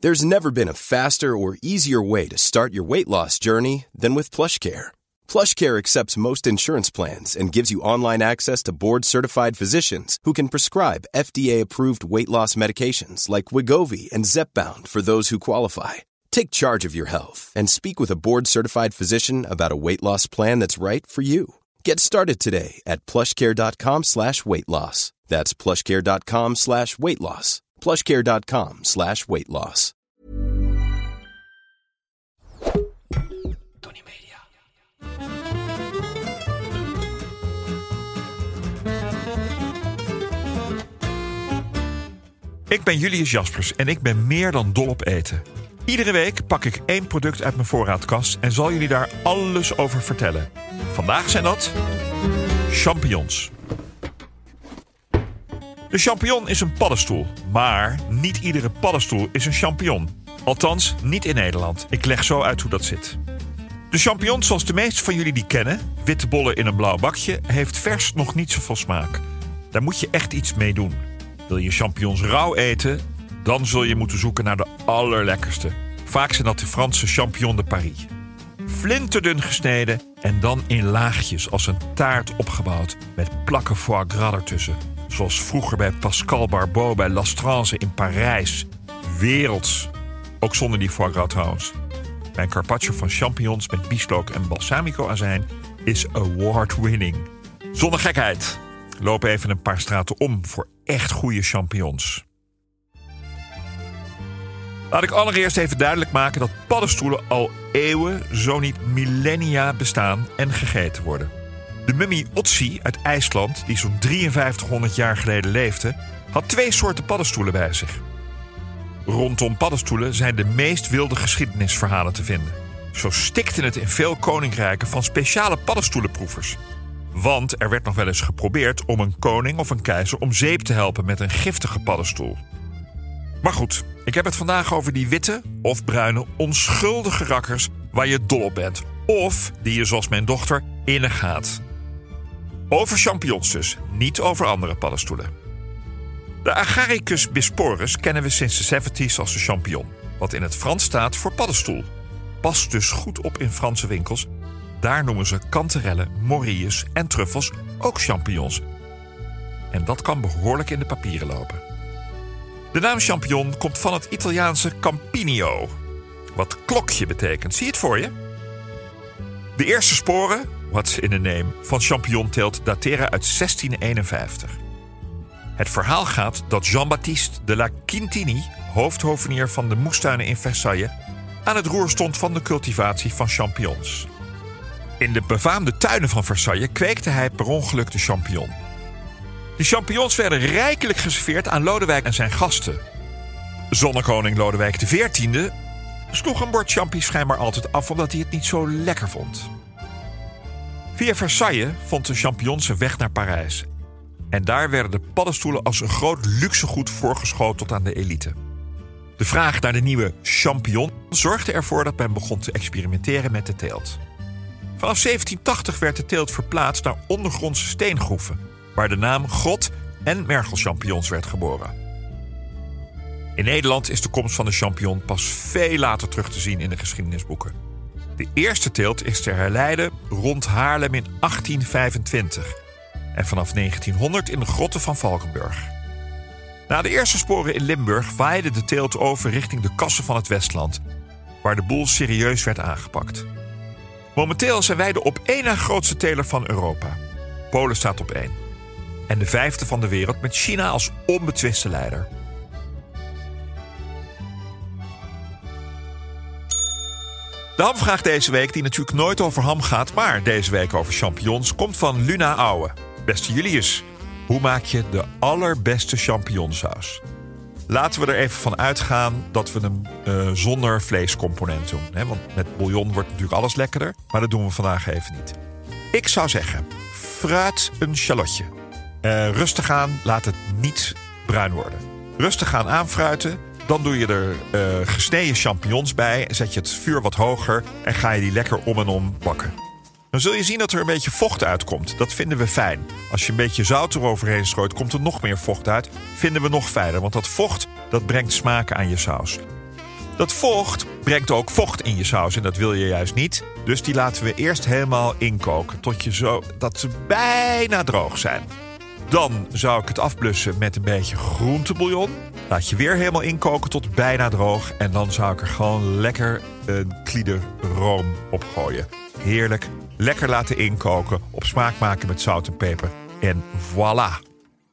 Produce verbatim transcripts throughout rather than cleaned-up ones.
There's never been a faster or easier way to start your weight loss journey than with PlushCare. PlushCare accepts most insurance plans and gives you online access to board-certified physicians who can prescribe F D A-approved weight loss medications like Wegovy and Zepbound for those who qualify. Take charge of your health and speak with a board-certified physician about a weight loss plan that's right for you. Get started today at plushcare.com slash weight loss. That's plushcare.com slash weight loss. plushcare.com slash weight loss. Tony Media. Ik ben Julius Jaspers en ik ben meer dan dol op eten. Iedere week pak ik één product uit mijn voorraadkast en zal jullie daar alles over vertellen. Vandaag zijn dat champignons. De champignon is een paddenstoel, maar niet iedere paddenstoel is een champignon. Althans, niet in Nederland. Ik leg zo uit hoe dat zit. De champignon, zoals de meesten van jullie die kennen, witte bollen in een blauw bakje, heeft vers nog niet zoveel smaak. Daar moet je echt iets mee doen. Wil je champignons rauw eten, dan zul je moeten zoeken naar de allerlekkerste. Vaak zijn dat de Franse champignon de Paris. Flinterdun gesneden en dan in laagjes als een taart opgebouwd met plakken foie gras ertussen. Zoals vroeger bij Pascal Barbot bij L'Astrange in Parijs. Werelds. Ook zonder die foie gras trouwens. Mijn carpaccio van champignons met bieslook en balsamico-azijn is award-winning. Zonder gekheid. Loop even een paar straten om voor echt goede champignons. Laat ik allereerst even duidelijk maken dat paddenstoelen al eeuwen, zo niet millennia bestaan en gegeten worden. De mummie Otzi uit IJsland, die zo'n drieënvijftighonderd jaar geleden leefde, had twee soorten paddenstoelen bij zich. Rondom paddenstoelen zijn de meest wilde geschiedenisverhalen te vinden. Zo stikte het in veel koninkrijken van speciale paddenstoelenproevers. Want er werd nog wel eens geprobeerd om een koning of een keizer om zeep te helpen met een giftige paddenstoel. Maar goed, ik heb het vandaag over die witte of bruine onschuldige rakkers waar je dol op bent. Of die je zoals mijn dochter innig haat. Over champignons dus, niet over andere paddenstoelen. De Agaricus bisporus kennen we sinds de zeventiger als de champignon. Wat in het Frans staat voor paddenstoel. Past dus goed op in Franse winkels. Daar noemen ze kanterellen, morilles en truffels ook champignons. En dat kan behoorlijk in de papieren lopen. De naam champignon komt van het Italiaanse campinio, wat klokje betekent. Zie je het voor je? De eerste sporen, what's in a name, van champignonteelt dateren uit zestien eenenvijftig. Het verhaal gaat dat Jean-Baptiste de la Quintini, hoofdhovenier van de moestuinen in Versailles, aan het roer stond van de cultivatie van champignons. In de befaamde tuinen van Versailles kweekte hij per ongeluk de champignon. De champignons werden rijkelijk geserveerd aan Lodewijk en zijn gasten. Zonnekoning Lodewijk de veertiende sloeg een bord champies schijnbaar altijd af omdat hij het niet zo lekker vond. Via Versailles vond de champignon zijn weg naar Parijs. En daar werden de paddenstoelen als een groot luxegoed voorgeschoteld aan de elite. De vraag naar de nieuwe champignon zorgde ervoor dat men begon te experimenteren met de teelt. Vanaf zeventien tachtig werd de teelt verplaatst naar ondergrondse steengroeven, waar de naam grot- en mergelchampignons werd geboren. In Nederland is de komst van de champignon pas veel later terug te zien in de geschiedenisboeken. De eerste teelt is te herleiden rond Haarlem in achttien vijfentwintig en vanaf negentienhonderd in de grotten van Valkenburg. Na de eerste sporen in Limburg waaide de teelt over richting de kassen van het Westland, waar de boel serieus werd aangepakt. Momenteel zijn wij de op één na grootste teler van Europa. Polen staat op één. En de vijfde van de wereld met China als onbetwiste leider. De hamvraag deze week, die natuurlijk nooit over ham gaat, maar deze week over champignons, komt van Luna Ouwe. Beste Julius, hoe maak je de allerbeste champignonsaus? Laten we er even van uitgaan dat we hem uh, zonder vleescomponent doen. Hè? Want met bouillon wordt natuurlijk alles lekkerder, maar dat doen we vandaag even niet. Ik zou zeggen, fruit een shallotje. Uh, rustig aan, laat het niet bruin worden. Rustig aan aanfruiten. Dan doe je er uh, gesneden champignons bij. Zet je het vuur wat hoger en ga je die lekker om en om bakken. Dan zul je zien dat er een beetje vocht uitkomt. Dat vinden we fijn. Als je een beetje zout eroverheen strooit, komt er nog meer vocht uit. Vinden we nog fijner, want dat vocht dat brengt smaak aan je saus. Dat vocht brengt ook vocht in je saus en dat wil je juist niet. Dus die laten we eerst helemaal inkoken tot je zo dat ze bijna droog zijn. Dan zou ik het afblussen met een beetje groentebouillon. Laat je weer helemaal inkoken tot bijna droog. En dan zou ik er gewoon lekker een klieder room op gooien. Heerlijk. Lekker laten inkoken. Op smaak maken met zout en peper. En voilà.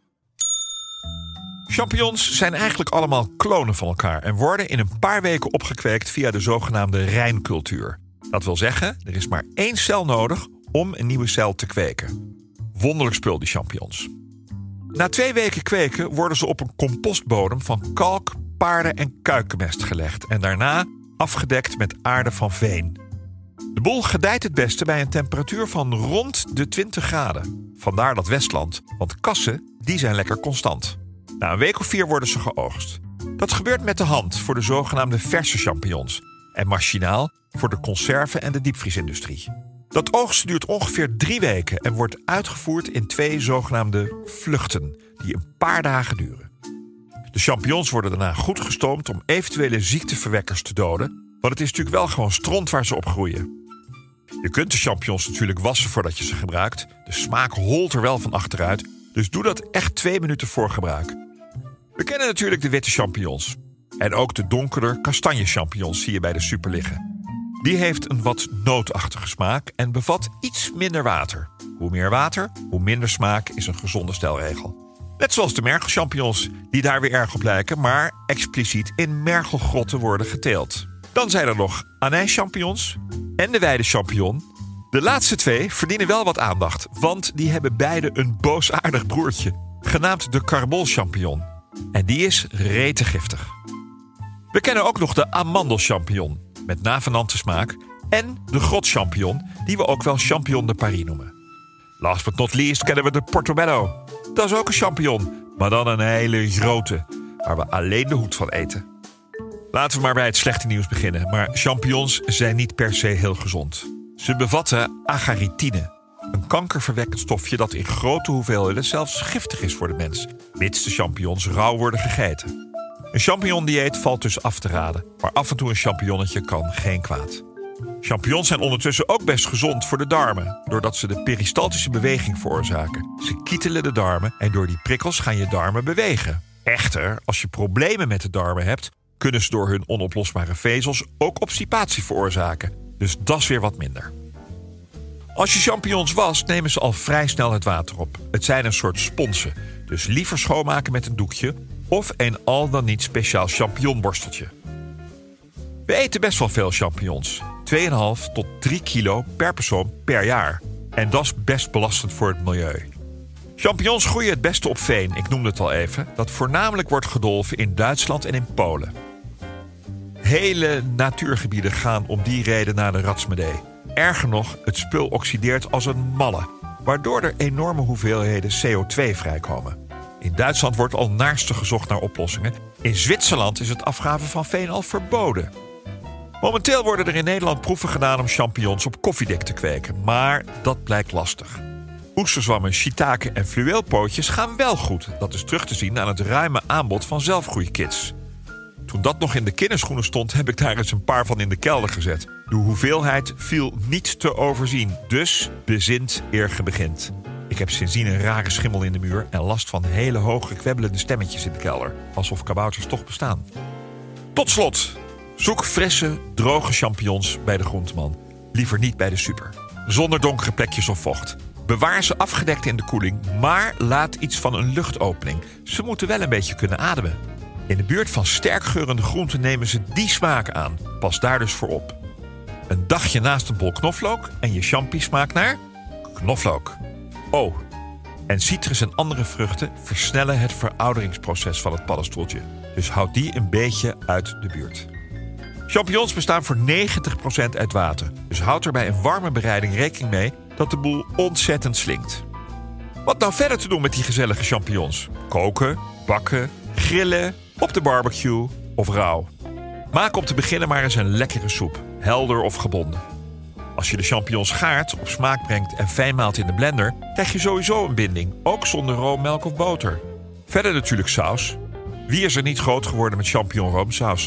Champignons zijn eigenlijk allemaal klonen van elkaar en worden in een paar weken opgekweekt via de zogenaamde Reincultuur. Dat wil zeggen, er is maar één cel nodig om een nieuwe cel te kweken. Wonderlijk spul, die champignons. Na twee weken kweken worden ze op een compostbodem van kalk, paarden- en kuikenmest gelegd en daarna afgedekt met aarde van veen. De boel gedijt het beste bij een temperatuur van rond de twintig graden. Vandaar dat Westland, want kassen die zijn lekker constant. Na een week of vier worden ze geoogst. Dat gebeurt met de hand voor de zogenaamde verse champignons en machinaal voor de conserve- en de diepvriesindustrie. Dat oogsten duurt ongeveer drie weken en wordt uitgevoerd in twee zogenaamde vluchten die een paar dagen duren. De champignons worden daarna goed gestoomd om eventuele ziekteverwekkers te doden, want het is natuurlijk wel gewoon stront waar ze op groeien. Je kunt de champignons natuurlijk wassen voordat je ze gebruikt. De smaak holt er wel van achteruit, dus doe dat echt twee minuten voor gebruik. We kennen natuurlijk de witte champignons. En ook de donkerder kastanje champignons zie je bij de super liggen. Die heeft een wat nootachtige smaak en bevat iets minder water. Hoe meer water, hoe minder smaak is een gezonde stelregel. Net zoals de mergelchampignons, die daar weer erg op lijken, maar expliciet in mergelgrotten worden geteeld. Dan zijn er nog anijschampignons en de weide champignon. De laatste twee verdienen wel wat aandacht, want die hebben beide een boosaardig broertje, genaamd de carbolchampignon. En die is rete giftig. We kennen ook nog de amandelchampignon, met navenante smaak, en de grotchampignon, die we ook wel champignon de Paris noemen. Last but not least kennen we de portobello. Dat is ook een champignon, maar dan een hele grote, waar we alleen de hoed van eten. Laten we maar bij het slechte nieuws beginnen, maar champignons zijn niet per se heel gezond. Ze bevatten agaritine, een kankerverwekkend stofje dat in grote hoeveelheden zelfs giftig is voor de mens, mits de champignons rauw worden gegeten. Een champignon-dieet valt dus af te raden, maar af en toe een champignonnetje kan geen kwaad. Champignons zijn ondertussen ook best gezond voor de darmen, doordat ze de peristaltische beweging veroorzaken. Ze kietelen de darmen en door die prikkels gaan je darmen bewegen. Echter, als je problemen met de darmen hebt, kunnen ze door hun onoplosbare vezels ook obstipatie veroorzaken. Dus dat is weer wat minder. Als je champignons wast, nemen ze al vrij snel het water op. Het zijn een soort sponsen, dus liever schoonmaken met een doekje of een al dan niet speciaal champignonborsteltje. We eten best wel veel champignons. twee komma vijf tot drie kilo per persoon per jaar. En dat is best belastend voor het milieu. Champignons groeien het beste op veen, ik noemde het al even, dat voornamelijk wordt gedolven in Duitsland en in Polen. Hele natuurgebieden gaan om die reden naar de ratsmedee. Erger nog, het spul oxideert als een malle, waardoor er enorme hoeveelheden C O twee vrijkomen. In Duitsland wordt al naarstig gezocht naar oplossingen. In Zwitserland is het afgraven van veen al verboden. Momenteel worden er in Nederland proeven gedaan om champignons op koffiedik te kweken, maar dat blijkt lastig. Oesterzwammen, shiitake en fluweelpootjes gaan wel goed. Dat is terug te zien aan het ruime aanbod van zelfgroeikits. Toen dat nog in de kinderschoenen stond, heb ik daar eens een paar van in de kelder gezet. De hoeveelheid viel niet te overzien, dus bezint eer ge begint. Ik heb sindsdien een rare schimmel in de muur en last van hele hoge kwebbelende stemmetjes in de kelder. Alsof kabouters toch bestaan. Tot slot, zoek frisse, droge champignons bij de groenteman. Liever niet bij de super. Zonder donkere plekjes of vocht. Bewaar ze afgedekt in de koeling, maar laat iets van een luchtopening. Ze moeten wel een beetje kunnen ademen. In de buurt van sterk geurende groenten nemen ze die smaak aan. Pas daar dus voor op. Een dagje naast een bol knoflook en je champie smaakt naar knoflook. Oh, en citrus en andere vruchten versnellen het verouderingsproces van het paddenstoeltje. Dus houd die een beetje uit de buurt. Champignons bestaan voor negentig procent uit water. Dus houd er bij een warme bereiding rekening mee dat de boel ontzettend slinkt. Wat nou verder te doen met die gezellige champignons? Koken, bakken, grillen, op de barbecue of rauw. Maak om te beginnen maar eens een lekkere soep, helder of gebonden. Als je de champignons gaart, op smaak brengt en fijn maalt in de blender, krijg je sowieso een binding, ook zonder room, melk of boter. Verder natuurlijk saus. Wie is er niet groot geworden met champignon roomsaus?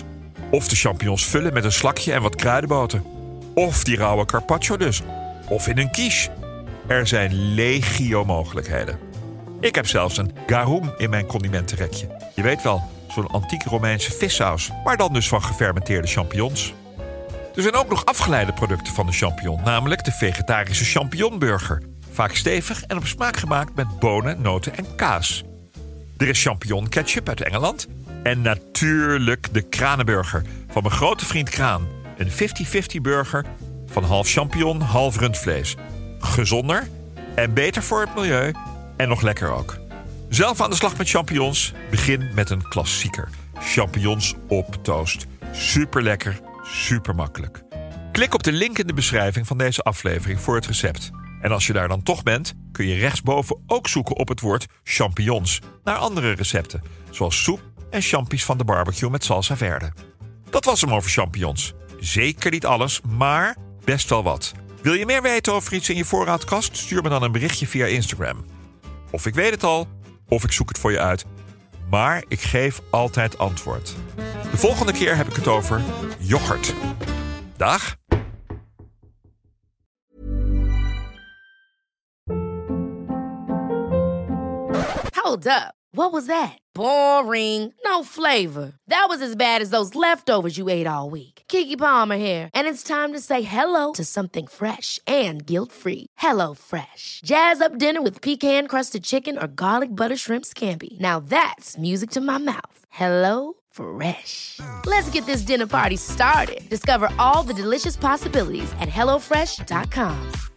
Of de champignons vullen met een slakje en wat kruidenboter. Of die rauwe carpaccio dus. Of in een quiche. Er zijn legio mogelijkheden. Ik heb zelfs een garum in mijn condimentenrekje. Je weet wel, zo'n antieke Romeinse vissaus, maar dan dus van gefermenteerde champignons. Er zijn ook nog afgeleide producten van de champignon, namelijk de vegetarische champignonburger. Vaak stevig en op smaak gemaakt met bonen, noten en kaas. Er is champignon ketchup uit Engeland. En natuurlijk de kranenburger van mijn grote vriend Kraan. Een vijftig vijftig burger van half champignon, half rundvlees. Gezonder en beter voor het milieu en nog lekker ook. Zelf aan de slag met champignons? Begin met een klassieker. Champignons op toast. Super lekker, super makkelijk. Klik op de link in de beschrijving van deze aflevering voor het recept. En als je daar dan toch bent, kun je rechtsboven ook zoeken op het woord champignons naar andere recepten, zoals soep en champies van de barbecue met salsa verde. Dat was hem over champignons. Zeker niet alles, maar best wel wat. Wil je meer weten over iets in je voorraadkast? Stuur me dan een berichtje via Instagram. Of ik weet het al, of ik zoek het voor je uit. Maar ik geef altijd antwoord. De volgende keer heb ik het over yoghurt. Dag! Hold up. What was that? Boring. No flavor. That was as bad as those leftovers you ate all week. Keke Palmer here, and it's time to say hello to something fresh and guilt-free. Hello Fresh. Jazz up dinner with pecan-crusted chicken or garlic butter shrimp scampi. Now that's music to my mouth. Hello Fresh. Let's get this dinner party started. Discover all the delicious possibilities at hello fresh dot com.